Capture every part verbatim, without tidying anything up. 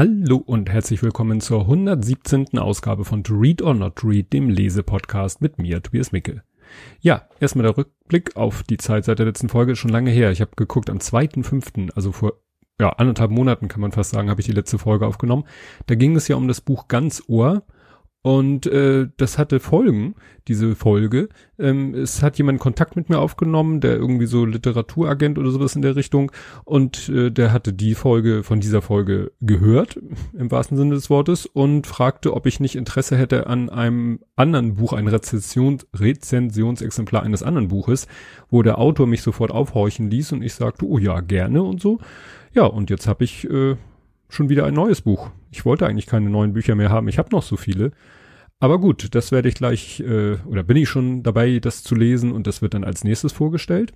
Hallo und herzlich willkommen zur hundertsiebzehnten Ausgabe von To Read or Not to Read, dem Lese-Podcast mit mir, Tobias Micke. Ja, erstmal der Rückblick auf die Zeit seit der letzten Folge, schon lange her. Ich habe geguckt, am zweiten fünften, also vor ja anderthalb Monaten kann man fast sagen, habe ich die letzte Folge aufgenommen. Da ging es ja um das Buch Ganz Ohr. Und äh, das hatte Folgen, diese Folge. Ähm, es hat jemand Kontakt mit mir aufgenommen, der irgendwie so Literaturagent oder sowas in der Richtung. Und äh, der hatte die Folge von dieser Folge gehört, im wahrsten Sinne des Wortes, und fragte, ob ich nicht Interesse hätte an einem anderen Buch, ein Rezensions Rezensionsexemplar eines anderen Buches, wo der Autor mich sofort aufhorchen ließ und ich sagte, oh ja, gerne und so. Ja, und jetzt habe ich äh, schon wieder ein neues Buch. Ich wollte eigentlich keine neuen Bücher mehr haben. Ich habe noch so viele. Aber gut, das werde ich gleich, äh, oder bin ich schon dabei, das zu lesen und das wird dann als nächstes vorgestellt.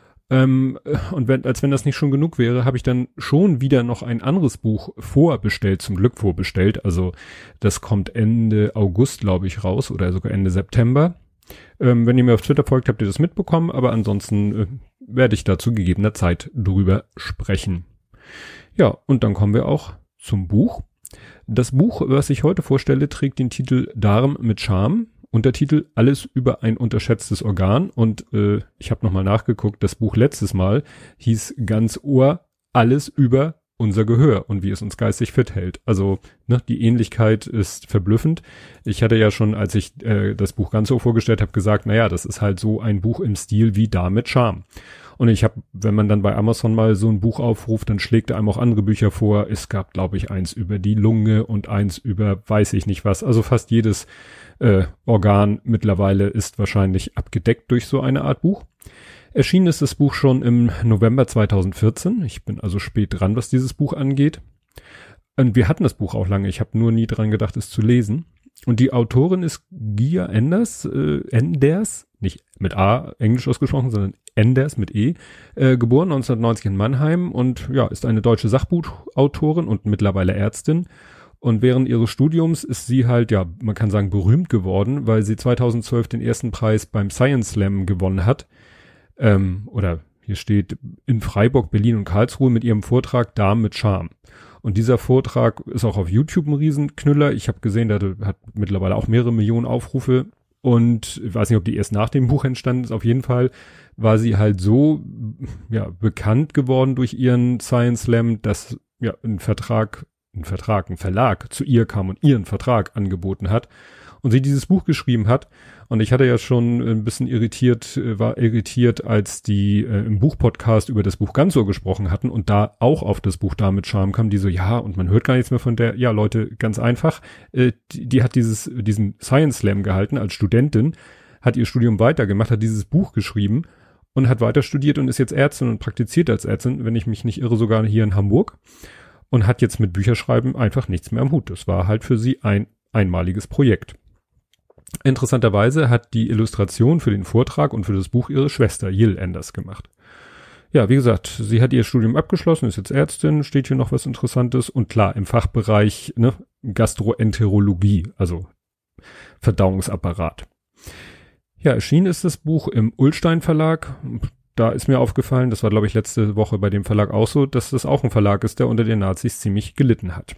Ähm, und wenn, als wenn das nicht schon genug wäre, habe ich dann schon wieder noch ein anderes Buch vorbestellt, zum Glück vorbestellt. Also das kommt Ende August, glaube ich, raus oder sogar Ende September. Ähm, wenn ihr mir auf Twitter folgt, habt ihr das mitbekommen, aber ansonsten äh, werde ich da zu gegebener Zeit drüber sprechen. Ja, und dann kommen wir auch zum Buch. Das Buch, was ich heute vorstelle, trägt den Titel Darm mit Charme. Untertitel Alles über ein unterschätztes Organ. Und äh, ich habe nochmal nachgeguckt, das Buch letztes Mal hieß Ganz Ohr, alles über unser Gehör und wie es uns geistig fit hält. Also ne, die Ähnlichkeit ist verblüffend. Ich hatte ja schon, als ich äh, das Buch Ganz Ohr vorgestellt habe, gesagt, naja, das ist halt so ein Buch im Stil wie Darm mit Charme. Und ich habe, wenn man dann bei Amazon mal so ein Buch aufruft, dann schlägt er einem auch andere Bücher vor. Es gab, glaube ich, eins über die Lunge und eins über weiß ich nicht was. Also fast jedes äh, Organ mittlerweile ist wahrscheinlich abgedeckt durch so eine Art Buch. Erschienen ist das Buch schon im November zweitausendvierzehn. Ich bin also spät dran, was dieses Buch angeht. Und wir hatten das Buch auch lange. Ich habe nur nie dran gedacht, es zu lesen. Und die Autorin ist Gia Enders, äh, Enders, nicht mit A englisch ausgesprochen, sondern Enders mit E, äh, geboren neunzehnhundertneunzig in Mannheim und ja, ist eine deutsche Sachbuchautorin und mittlerweile Ärztin. Und während ihres Studiums ist sie halt, ja, man kann sagen, berühmt geworden, weil sie zweitausendzwölf den ersten Preis beim Science Slam gewonnen hat. Ähm, oder hier steht in Freiburg, Berlin und Karlsruhe mit ihrem Vortrag Darm mit Charme. Und dieser Vortrag ist auch auf YouTube ein Riesenknüller. Ich habe gesehen, der hat mittlerweile auch mehrere Millionen Aufrufe. Und ich weiß nicht, ob die erst nach dem Buch entstanden ist. Auf jeden Fall war sie halt so ja bekannt geworden durch ihren Science Slam, dass ja ein Vertrag, ein Vertrag, ein Verlag zu ihr kam und ihren Vertrag angeboten hat. Und sie dieses Buch geschrieben hat. Und ich hatte ja schon ein bisschen irritiert, war irritiert, als die äh, im Buchpodcast über das Buch Ganz Ohr gesprochen hatten und da auch auf das Buch Darm mit Charme kam, die so, ja, und man hört gar nichts mehr von der, ja Leute, ganz einfach, äh, die, die hat dieses diesen Science Slam gehalten als Studentin, hat ihr Studium weitergemacht, hat dieses Buch geschrieben und hat weiter studiert und ist jetzt Ärztin und praktiziert als Ärztin, wenn ich mich nicht irre, sogar hier in Hamburg und hat jetzt mit Bücherschreiben einfach nichts mehr am Hut. Das war halt für sie ein einmaliges Projekt. Interessanterweise hat die Illustration für den Vortrag und für das Buch ihre Schwester Jill Enders gemacht. Ja, wie gesagt, sie hat ihr Studium abgeschlossen, ist jetzt Ärztin, steht hier noch was Interessantes und klar, im Fachbereich ne, Gastroenterologie, also Verdauungsapparat. Ja, erschienen ist das Buch im Ullstein Verlag. Da ist mir aufgefallen, das war glaube ich letzte Woche bei dem Verlag auch so, dass das auch ein Verlag ist, der unter den Nazis ziemlich gelitten hat.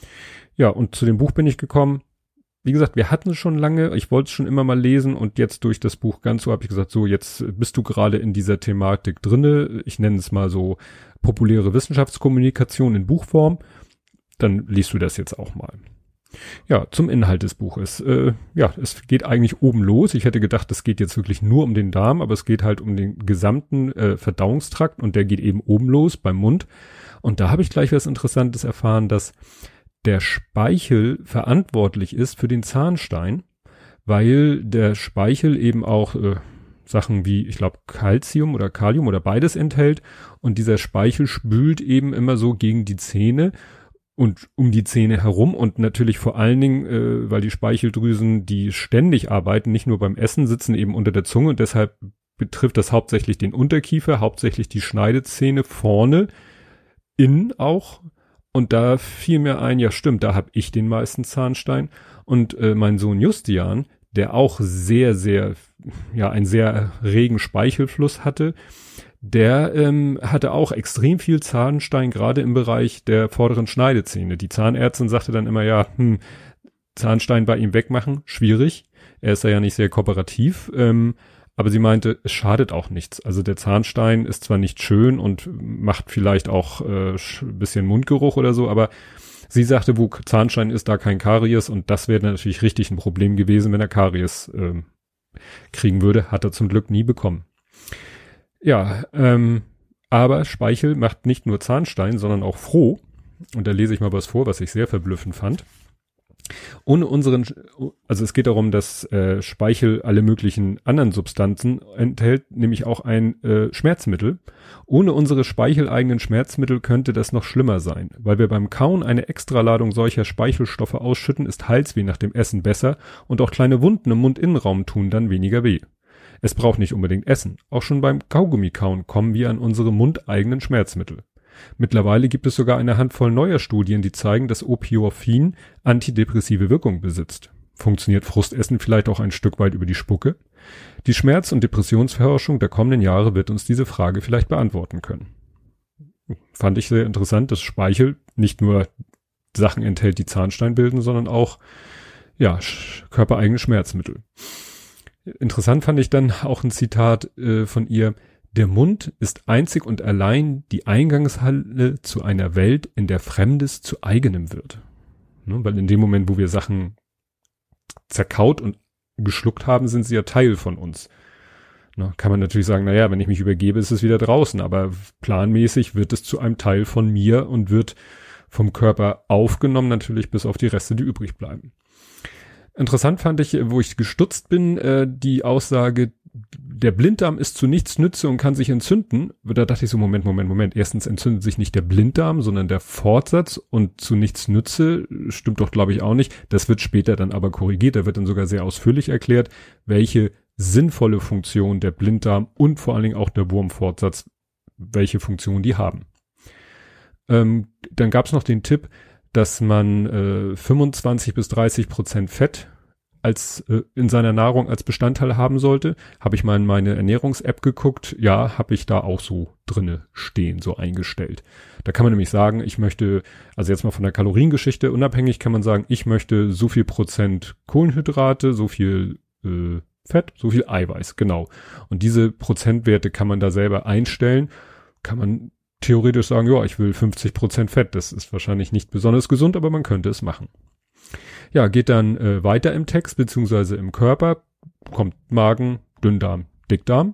Ja, und zu dem Buch bin ich gekommen. Wie gesagt, wir hatten es schon lange, ich wollte es schon immer mal lesen und jetzt durch das Buch Ganz Ohr habe ich gesagt, so jetzt bist du gerade in dieser Thematik drinne, ich nenne es mal so populäre Wissenschaftskommunikation in Buchform, dann liest du das jetzt auch mal. Ja, zum Inhalt des Buches. Äh, ja, es geht eigentlich oben los, ich hätte gedacht, es geht jetzt wirklich nur um den Darm, aber es geht halt um den gesamten äh, Verdauungstrakt und der geht eben oben los beim Mund und da habe ich gleich was Interessantes erfahren, dass der Speichel verantwortlich ist für den Zahnstein, weil der Speichel eben auch äh, Sachen wie, ich glaube, Calcium oder Kalium oder beides enthält und dieser Speichel spült eben immer so gegen die Zähne und um die Zähne herum und natürlich vor allen Dingen, äh, weil die Speicheldrüsen, die ständig arbeiten, nicht nur beim Essen, sitzen eben unter der Zunge und deshalb betrifft das hauptsächlich den Unterkiefer, hauptsächlich die Schneidezähne vorne, innen auch. Und da fiel mir ein, ja stimmt, da habe ich den meisten Zahnstein. Und äh, mein Sohn Justian, der auch sehr, sehr, ja, einen sehr regen Speichelfluss hatte, der ähm, hatte auch extrem viel Zahnstein, gerade im Bereich der vorderen Schneidezähne. Die Zahnärztin sagte dann immer, ja, hm, Zahnstein bei ihm wegmachen, schwierig. Er ist da ja nicht sehr kooperativ, ähm, aber sie meinte, es schadet auch nichts. Also der Zahnstein ist zwar nicht schön und macht vielleicht auch äh, ein bisschen Mundgeruch oder so, aber sie sagte, wo Zahnstein ist, da kein Karies, und das wäre natürlich richtig ein Problem gewesen, wenn er Karies ähm, kriegen würde. Hat er zum Glück nie bekommen. Ja, ähm, aber Speichel macht nicht nur Zahnstein, sondern auch froh. Und da lese ich mal was vor, was ich sehr verblüffend fand. Ohne unseren, also es geht darum, dass äh, Speichel alle möglichen anderen Substanzen enthält, nämlich auch ein äh, Schmerzmittel. Ohne unsere speicheleigenen Schmerzmittel könnte das noch schlimmer sein. Weil wir beim Kauen eine Extraladung solcher Speichelstoffe ausschütten, ist Halsweh nach dem Essen besser und auch kleine Wunden im Mundinnenraum tun dann weniger weh. Es braucht nicht unbedingt Essen. Auch schon beim Kaugummikauen kommen wir an unsere mundeigenen Schmerzmittel. Mittlerweile gibt es sogar eine Handvoll neuer Studien, die zeigen, dass Opiorin antidepressive Wirkung besitzt. Funktioniert Frustessen vielleicht auch ein Stück weit über die Spucke? Die Schmerz- und Depressionsforschung der kommenden Jahre wird uns diese Frage vielleicht beantworten können. Fand ich sehr interessant, dass Speichel nicht nur Sachen enthält, die Zahnstein bilden, sondern auch, ja, körpereigene Schmerzmittel. Interessant fand ich dann auch ein Zitat äh, von ihr: Der Mund ist einzig und allein die Eingangshalle zu einer Welt, in der Fremdes zu eigenem wird. Ne, weil in dem Moment, wo wir Sachen zerkaut und geschluckt haben, sind sie ja Teil von uns. Ne, kann man natürlich sagen, naja, wenn ich mich übergebe, ist es wieder draußen, aber planmäßig wird es zu einem Teil von mir und wird vom Körper aufgenommen, natürlich bis auf die Reste, die übrig bleiben. Interessant fand ich, wo ich gestutzt bin, äh, die Aussage, der Blinddarm ist zu nichts nütze und kann sich entzünden. Da dachte ich so, Moment, Moment, Moment. Erstens entzündet sich nicht der Blinddarm, sondern der Fortsatz, und zu nichts nütze stimmt doch, glaube ich, auch nicht. Das wird später dann aber korrigiert. Da wird dann sogar sehr ausführlich erklärt, welche sinnvolle Funktion der Blinddarm und vor allen Dingen auch der Wurmfortsatz, welche Funktion die haben. Ähm, dann gab es noch den Tipp, dass man äh, fünfundzwanzig bis dreißig Prozent Fett als äh, in seiner Nahrung als Bestandteil haben sollte. Habe ich mal in meine Ernährungs-App geguckt. Ja, habe ich da auch so drinne stehen, so eingestellt. Da kann man nämlich sagen, ich möchte, also jetzt mal von der Kaloriengeschichte unabhängig, kann man sagen, ich möchte so viel Prozent Kohlenhydrate, so viel äh, Fett, so viel Eiweiß, genau. Und diese Prozentwerte kann man da selber einstellen. Kann man theoretisch sagen, ja, ich will fünfzig Prozent Fett. Das ist wahrscheinlich nicht besonders gesund, aber man könnte es machen. Ja, geht dann äh, weiter im Text, beziehungsweise im Körper, kommt Magen, Dünndarm, Dickdarm.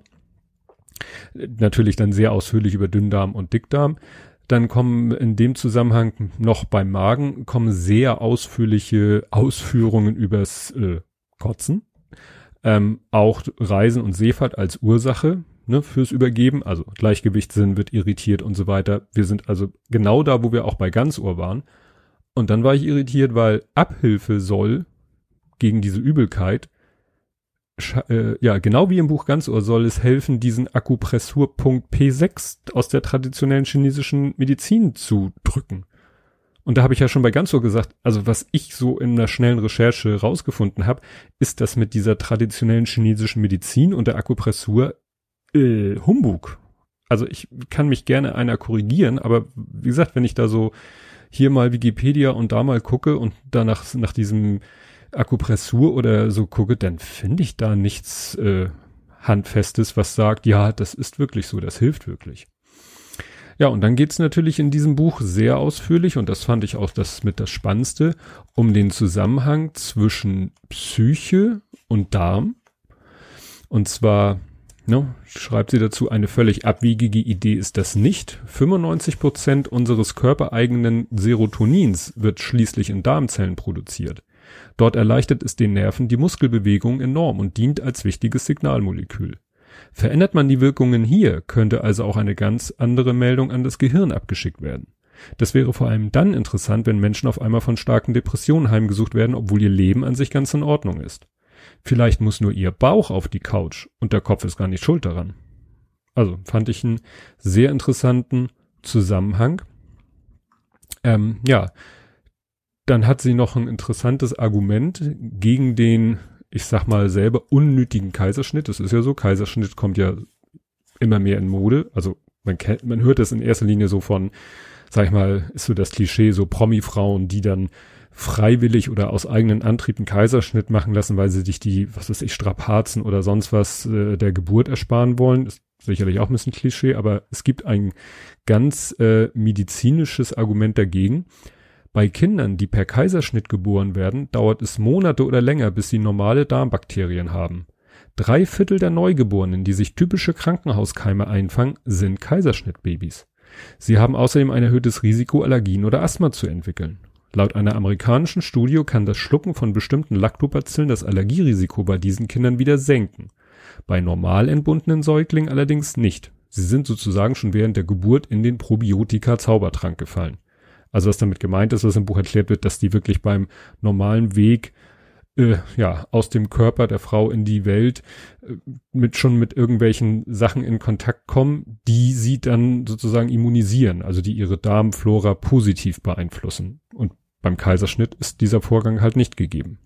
Natürlich dann sehr ausführlich über Dünndarm und Dickdarm. Dann kommen in dem Zusammenhang noch beim Magen, kommen sehr ausführliche Ausführungen übers äh, Kotzen. Ähm, auch Reisen und Seefahrt als Ursache, ne, fürs Übergeben, also Gleichgewichtssinn wird irritiert und so weiter. Wir sind also genau da, wo wir auch bei Ganzohr waren. Und dann war ich irritiert, weil Abhilfe soll gegen diese Übelkeit, äh, ja, genau wie im Buch Ganzohr soll es helfen, diesen Akupressurpunkt P sechs aus der traditionellen chinesischen Medizin zu drücken. Und da habe ich ja schon bei Ganzohr gesagt, also was ich so in einer schnellen Recherche rausgefunden habe, ist das mit dieser traditionellen chinesischen Medizin und der Akupressur äh, Humbug. Also ich kann mich gerne einer korrigieren, aber wie gesagt, wenn ich da so hier mal Wikipedia und da mal gucke und danach nach diesem Akupressur oder so gucke, dann finde ich da nichts äh, Handfestes, was sagt, ja, das ist wirklich so, das hilft wirklich. Ja, und dann geht's natürlich in diesem Buch sehr ausführlich, und das fand ich auch das mit das Spannendste, um den Zusammenhang zwischen Psyche und Darm. Und zwar, ne, schreibt sie dazu, eine völlig abwegige Idee ist das nicht. fünfundneunzig Prozent unseres körpereigenen Serotonins wird schließlich in Darmzellen produziert. Dort erleichtert es den Nerven die Muskelbewegung enorm und dient als wichtiges Signalmolekül. Verändert man die Wirkungen hier, könnte also auch eine ganz andere Meldung an das Gehirn abgeschickt werden. Das wäre vor allem dann interessant, wenn Menschen auf einmal von starken Depressionen heimgesucht werden, obwohl ihr Leben an sich ganz in Ordnung ist. Vielleicht muss nur ihr Bauch auf die Couch und der Kopf ist gar nicht schuld daran. Also fand ich einen sehr interessanten Zusammenhang. Ähm, ja, dann hat sie noch ein interessantes Argument gegen den, ich sag mal selber, unnötigen Kaiserschnitt. Das ist ja so, Kaiserschnitt kommt ja immer mehr in Mode. Also man kennt, man hört das in erster Linie so von, sag ich mal, ist so das Klischee, so Promi-Frauen, die dann freiwillig oder aus eigenen Antrieb einen Kaiserschnitt machen lassen, weil sie sich die, was weiß ich, Strapazen oder sonst was äh, der Geburt ersparen wollen. Ist sicherlich auch ein bisschen Klischee, aber es gibt ein ganz äh, medizinisches Argument dagegen. Bei Kindern, die per Kaiserschnitt geboren werden, dauert es Monate oder länger, bis sie normale Darmbakterien haben. Drei Viertel der Neugeborenen, die sich typische Krankenhauskeime einfangen, sind Kaiserschnittbabys. Sie haben außerdem ein erhöhtes Risiko, Allergien oder Asthma zu entwickeln. Laut einer amerikanischen Studie kann das Schlucken von bestimmten Lactobacillen das Allergierisiko bei diesen Kindern wieder senken. Bei normal entbundenen Säuglingen allerdings nicht. Sie sind sozusagen schon während der Geburt in den Probiotika-Zaubertrank gefallen. Also was damit gemeint ist, was im Buch erklärt wird, dass die wirklich beim normalen Weg äh, ja aus dem Körper der Frau in die Welt äh, mit schon mit irgendwelchen Sachen in Kontakt kommen, die sie dann sozusagen immunisieren, also die ihre Darmflora positiv beeinflussen. Und beim Kaiserschnitt ist dieser Vorgang halt nicht gegeben.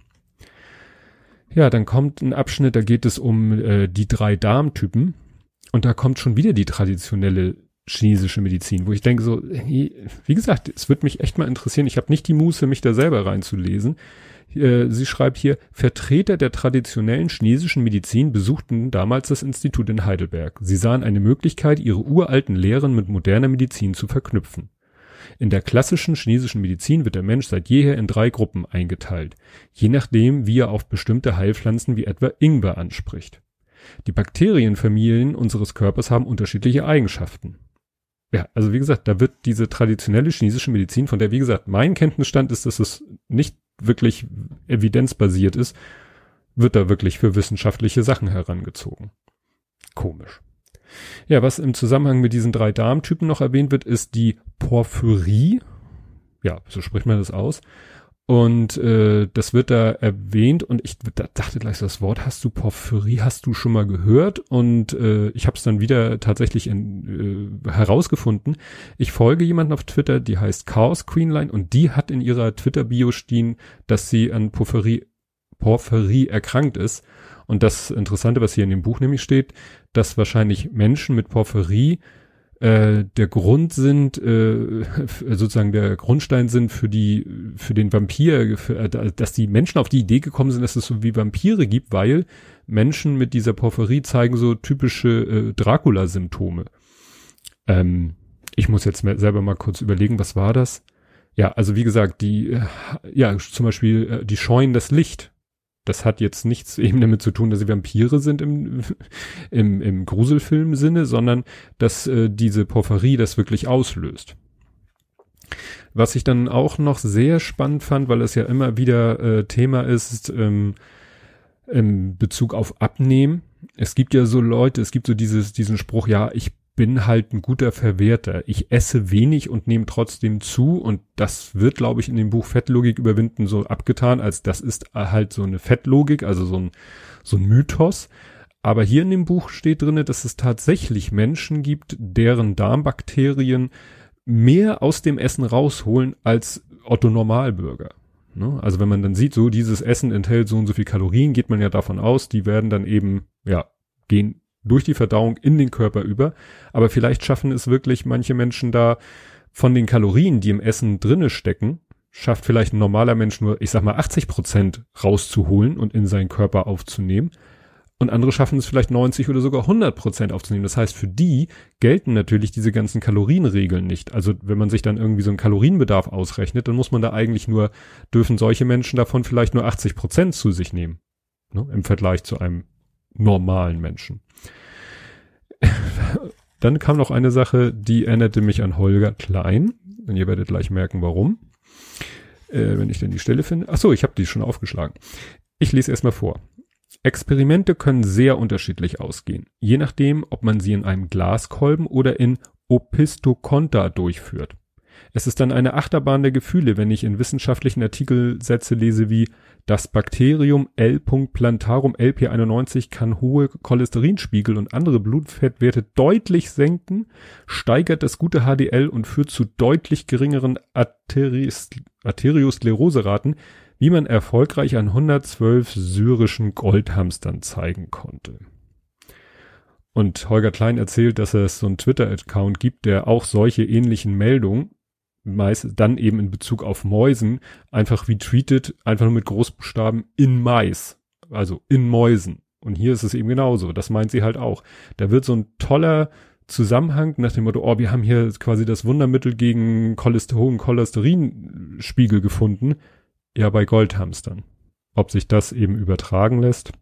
Ja, dann kommt ein Abschnitt, da geht es um äh, die drei Darmtypen und da kommt schon wieder die traditionelle chinesische Medizin, wo ich denke so, wie gesagt, es würde mich echt mal interessieren, ich habe nicht die Muße, mich da selber reinzulesen. Äh, sie schreibt hier, Vertreter der traditionellen chinesischen Medizin besuchten damals das Institut in Heidelberg. Sie sahen eine Möglichkeit, ihre uralten Lehren mit moderner Medizin zu verknüpfen. In der klassischen chinesischen Medizin wird der Mensch seit jeher in drei Gruppen eingeteilt, je nachdem, wie er auf bestimmte Heilpflanzen wie etwa Ingwer anspricht. Die Bakterienfamilien unseres Körpers haben unterschiedliche Eigenschaften. Ja, also wie gesagt, da wird diese traditionelle chinesische Medizin, von der wie gesagt mein Kenntnisstand ist, dass es nicht wirklich evidenzbasiert ist, wird da wirklich für wissenschaftliche Sachen herangezogen. Komisch. Ja, was im Zusammenhang mit diesen drei Darmtypen noch erwähnt wird, ist die Porphyrie. Ja, so spricht man das aus. Und äh, das wird da erwähnt und ich da dachte gleich, das Wort hast du, Porphyrie, hast du schon mal gehört? Und äh, ich habe es dann wieder tatsächlich in, äh, herausgefunden. Ich folge jemanden auf Twitter, die heißt Chaos Queenline und die hat in ihrer Twitter-Bio stehen, dass sie an Porphyrie, Porphyrie erkrankt ist. Und das Interessante, was hier in dem Buch nämlich steht, dass wahrscheinlich Menschen mit Porphyrie äh, der Grund sind, äh, sozusagen der Grundstein sind für die, für den Vampir, für, äh, dass die Menschen auf die Idee gekommen sind, dass es so wie Vampire gibt, weil Menschen mit dieser Porphyrie zeigen so typische äh, Dracula-Symptome. Ähm, ich muss jetzt selber mal kurz überlegen, was war das? Ja, also wie gesagt, die, äh, ja, zum Beispiel, äh, die scheuen das Licht. Das hat jetzt nichts eben damit zu tun, dass sie Vampire sind im, im, im Gruselfilm-Sinne, sondern dass äh, diese Porphyrie das wirklich auslöst. Was ich dann auch noch sehr spannend fand, weil es ja immer wieder äh, Thema ist, ähm, in Bezug auf Abnehmen. Es gibt ja so Leute, es gibt so dieses, diesen Spruch, ja, ich bin halt ein guter Verwerter. Ich esse wenig und nehme trotzdem zu und das wird, glaube ich, in dem Buch Fettlogik überwinden so abgetan, als das ist halt so eine Fettlogik, also so ein, so ein Mythos. Aber hier in dem Buch steht drinne, dass es tatsächlich Menschen gibt, deren Darmbakterien mehr aus dem Essen rausholen als Otto Normalbürger. Ne? Also wenn man dann sieht, so dieses Essen enthält so und so viel Kalorien, geht man ja davon aus, die werden dann eben, ja, gehen durch die Verdauung in den Körper über. Aber vielleicht schaffen es wirklich manche Menschen da von den Kalorien, die im Essen drinne stecken, schafft vielleicht ein normaler Mensch nur, ich sag mal, achtzig Prozent rauszuholen und in seinen Körper aufzunehmen. Und andere schaffen es vielleicht neunzig oder sogar hundert Prozent aufzunehmen. Das heißt, für die gelten natürlich diese ganzen Kalorienregeln nicht. Also wenn man sich dann irgendwie so einen Kalorienbedarf ausrechnet, dann muss man da eigentlich nur, dürfen solche Menschen davon vielleicht nur achtzig Prozent zu sich nehmen. Ne, im Vergleich zu einem normalen Menschen. Dann kam noch eine Sache, die erinnerte mich an Holger Klein. Und ihr werdet gleich merken, warum. Äh, wenn ich denn die Stelle finde. Ach so, ich habe die schon aufgeschlagen. Ich lese erstmal vor. Experimente können sehr unterschiedlich ausgehen, je nachdem, ob man sie in einem Glaskolben oder in Opisthokonta durchführt. Es ist dann eine Achterbahn der Gefühle, wenn ich in wissenschaftlichen Artikeln Sätze lese wie das Bakterium L. plantarum L P einundneunzig kann hohe Cholesterinspiegel und andere Blutfettwerte deutlich senken, steigert das gute H D L und führt zu deutlich geringeren Arteris- Arterioskleroseraten, wie man erfolgreich an hundertzwölf syrischen Goldhamstern zeigen konnte. Und Holger Klein erzählt, dass es so einen Twitter-Account gibt, der auch solche ähnlichen Meldungen, meist dann eben in Bezug auf Mäusen, einfach retweetet, einfach nur mit Großbuchstaben in Mais, also in Mäusen. Und hier ist es eben genauso, das meint sie halt auch. Da wird so ein toller Zusammenhang nach dem Motto, oh, wir haben hier quasi das Wundermittel gegen Cholesterin, Cholesterinspiegel gefunden, ja, bei Goldhamstern. Ob sich das eben übertragen lässt,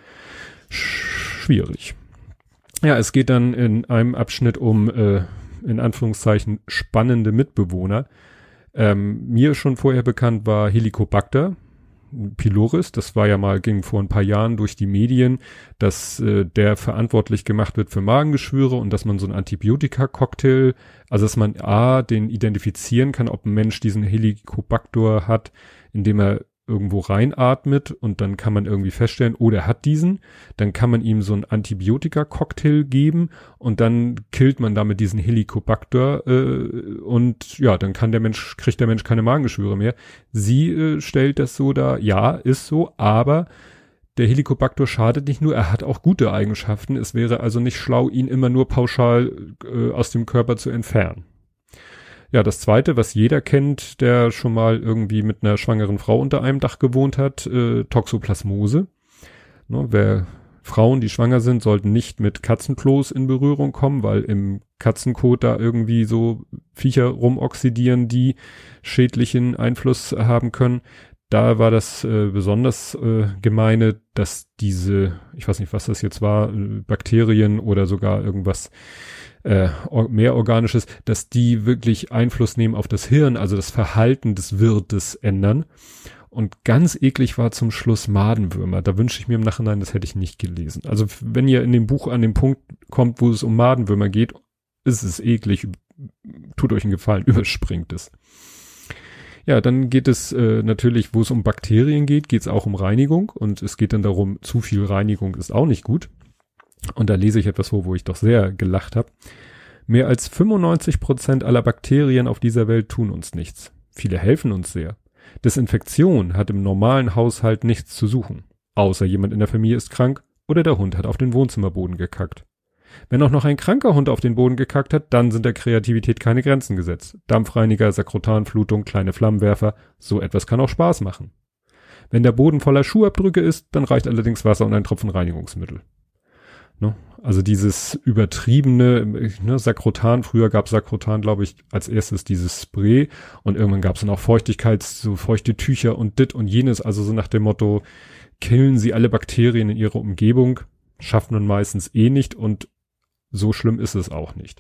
schwierig. Ja, es geht dann in einem Abschnitt um, äh, in Anführungszeichen, spannende Mitbewohner. Ähm, mir schon vorher bekannt war Helicobacter pylorus. Das war ja mal, ging vor ein paar Jahren durch die Medien, dass äh, der verantwortlich gemacht wird für Magengeschwüre und dass man so einen Antibiotika-Cocktail, also dass man A, den identifizieren kann, ob ein Mensch diesen Helicobacter hat, indem er irgendwo reinatmet und dann kann man irgendwie feststellen, oh, der hat diesen, dann kann man ihm so einen Antibiotika-Cocktail geben und dann killt man damit diesen Helicobacter äh, und ja, dann kann der Mensch, kriegt der Mensch keine Magengeschwüre mehr. Sie äh, stellt das so dar, ja, ist so, aber der Helicobacter schadet nicht nur, er hat auch gute Eigenschaften. Es wäre also nicht schlau, ihn immer nur pauschal äh, aus dem Körper zu entfernen. Ja, das Zweite, was jeder kennt, der schon mal irgendwie mit einer schwangeren Frau unter einem Dach gewohnt hat, äh, Toxoplasmose. Ne, wer Frauen, die schwanger sind, sollten nicht mit Katzenklos in Berührung kommen, weil im Katzenkot da irgendwie so Viecher rumoxidieren, die schädlichen Einfluss haben können. Da war das äh, besonders äh, gemeine, dass diese, ich weiß nicht, was das jetzt war, äh, Bakterien oder sogar irgendwas äh, mehr Organisches, dass die wirklich Einfluss nehmen auf das Hirn, also das Verhalten des Wirtes ändern. Und ganz eklig war zum Schluss Madenwürmer. Da wünsche ich mir im Nachhinein, das hätte ich nicht gelesen. Also wenn ihr in dem Buch an den Punkt kommt, wo es um Madenwürmer geht, ist es eklig. Tut euch einen Gefallen, überspringt es. Ja, dann geht es äh, natürlich, wo es um Bakterien geht, geht es auch um Reinigung. Und es geht dann darum, zu viel Reinigung ist auch nicht gut. Und da lese ich etwas vor, wo ich doch sehr gelacht habe. Mehr als fünfundneunzig Prozent aller Bakterien auf dieser Welt tun uns nichts. Viele helfen uns sehr. Desinfektion hat im normalen Haushalt nichts zu suchen. Außer jemand in der Familie ist krank oder der Hund hat auf den Wohnzimmerboden gekackt. Wenn auch noch ein kranker Hund auf den Boden gekackt hat, dann sind der Kreativität keine Grenzen gesetzt. Dampfreiniger, Sakrotanflutung, kleine Flammenwerfer, so etwas kann auch Spaß machen. Wenn der Boden voller Schuhabdrücke ist, dann reicht allerdings Wasser und ein Tropfen Reinigungsmittel. Ne? Also dieses übertriebene, ne, Sakrotan, früher gab Sakrotan, glaube ich, als erstes dieses Spray und irgendwann gab es dann auch Feuchtigkeits, so feuchte Tücher und dit und jenes, also so nach dem Motto, killen sie alle Bakterien in ihrer Umgebung, schafft man meistens eh nicht und so schlimm ist es auch nicht.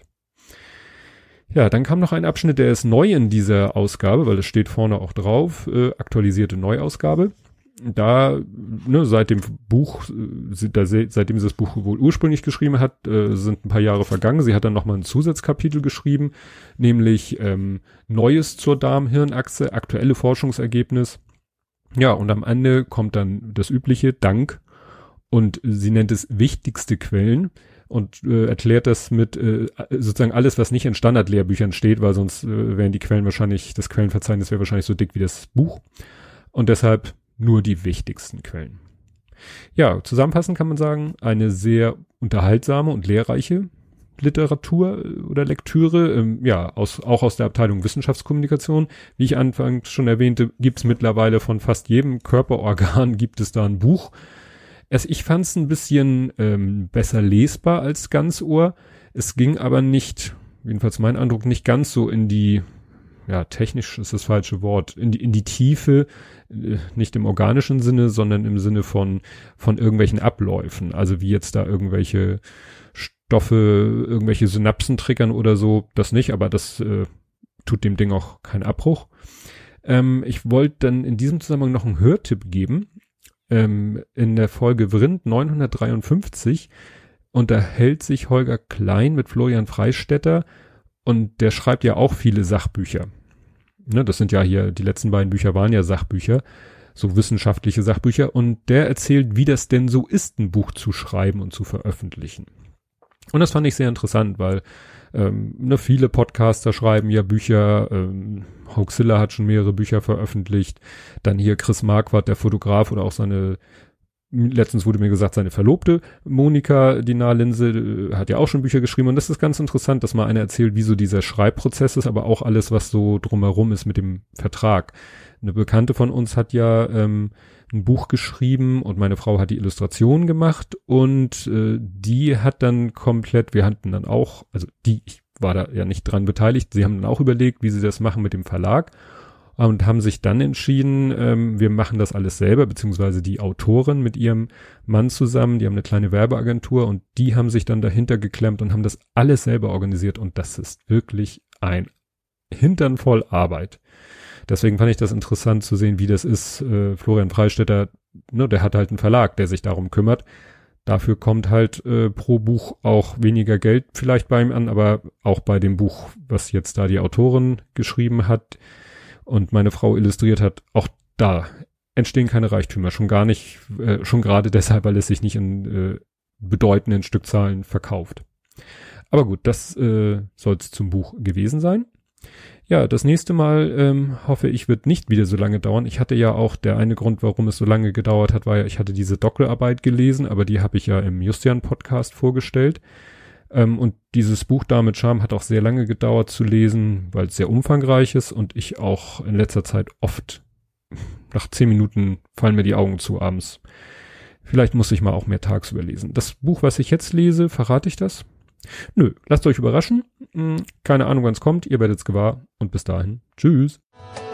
Ja, dann kam noch ein Abschnitt, der ist neu in dieser Ausgabe, weil es steht vorne auch drauf, äh, aktualisierte Neuausgabe. Da, ne, seit dem Buch, da, seitdem sie das Buch wohl ursprünglich geschrieben hat, äh, sind ein paar Jahre vergangen. Sie hat dann nochmal ein Zusatzkapitel geschrieben, nämlich ähm, Neues zur Darm-Hirn-Achse, aktuelle Forschungsergebnis. Ja, und am Ende kommt dann das übliche Dank und sie nennt es wichtigste Quellen und äh, erklärt das mit äh, sozusagen alles, was nicht in Standardlehrbüchern steht, weil sonst äh, wären die Quellen wahrscheinlich, das Quellenverzeichnis wäre wahrscheinlich so dick wie das Buch. Und deshalb nur die wichtigsten Quellen. Ja, zusammenfassend kann man sagen, eine sehr unterhaltsame und lehrreiche Literatur oder Lektüre, ähm, ja, aus, auch aus der Abteilung Wissenschaftskommunikation. Wie ich anfangs schon erwähnte, gibt es mittlerweile von fast jedem Körperorgan gibt es da ein Buch. Es, ich fand es ein bisschen ähm, besser lesbar als Ganzohr. Es ging aber nicht, jedenfalls mein Eindruck, nicht ganz so in die, ja, technisch ist das falsche Wort, in die, in die Tiefe, äh, nicht im organischen Sinne, sondern im Sinne von, von irgendwelchen Abläufen. Also wie jetzt da irgendwelche Stoffe, irgendwelche Synapsen triggern oder so, das nicht, aber das äh, tut dem Ding auch keinen Abbruch. Ähm, ich wollte dann in diesem Zusammenhang noch einen Hörtipp geben. Ähm, in der Folge Vrind neunhundertdreiundfünfzig unterhält sich Holger Klein mit Florian Freistetter und der schreibt ja auch viele Sachbücher. Ne, das sind ja hier, die letzten beiden Bücher waren ja Sachbücher, so wissenschaftliche Sachbücher und der erzählt, wie das denn so ist, ein Buch zu schreiben und zu veröffentlichen. Und das fand ich sehr interessant, weil ähm, ne, viele Podcaster schreiben ja Bücher, ähm, Hoaxilla hat schon mehrere Bücher veröffentlicht, dann hier Chris Marquardt, der Fotograf oder auch seine letztens wurde mir gesagt, seine Verlobte, Monika Dinar-Linse, hat ja auch schon Bücher geschrieben und das ist ganz interessant, dass mal einer erzählt, wie so dieser Schreibprozess ist, aber auch alles, was so drumherum ist mit dem Vertrag. Eine Bekannte von uns hat ja ähm, ein Buch geschrieben und meine Frau hat die Illustration gemacht und äh, die hat dann komplett, wir hatten dann auch, also die, ich war da ja nicht dran beteiligt, sie haben dann auch überlegt, wie sie das machen mit dem Verlag. Und haben sich dann entschieden, ähm, wir machen das alles selber, beziehungsweise die Autorin mit ihrem Mann zusammen, die haben eine kleine Werbeagentur und die haben sich dann dahinter geklemmt und haben das alles selber organisiert und das ist wirklich ein Hintern voll Arbeit. Deswegen fand ich das interessant zu sehen, wie das ist. Äh, Florian Freistetter, ne, der hat halt einen Verlag, der sich darum kümmert. Dafür kommt halt äh, pro Buch auch weniger Geld vielleicht bei ihm an, aber auch bei dem Buch, was jetzt da die Autorin geschrieben hat, und meine Frau illustriert hat, auch da entstehen keine Reichtümer, schon gar nicht, äh, schon gerade deshalb, weil es sich nicht in äh, bedeutenden Stückzahlen verkauft. Aber gut, das äh, soll es zum Buch gewesen sein. Ja, das nächste Mal ähm, hoffe ich, wird nicht wieder so lange dauern. Ich hatte ja auch, der eine Grund, warum es so lange gedauert hat, war ja, ich hatte diese Doktorarbeit gelesen, aber die habe ich ja im Justian-Podcast vorgestellt. Ähm, und dieses Buch Da mit Charme hat auch sehr lange gedauert zu lesen, weil es sehr umfangreich ist und ich auch in letzter Zeit oft, nach zehn Minuten fallen mir die Augen zu abends. Vielleicht muss ich mal auch mehr tagsüber lesen. Das Buch, was ich jetzt lese, verrate ich das? Nö, lasst euch überraschen. Keine Ahnung, wann es kommt. Ihr werdet es gewahr. Und bis dahin, tschüss.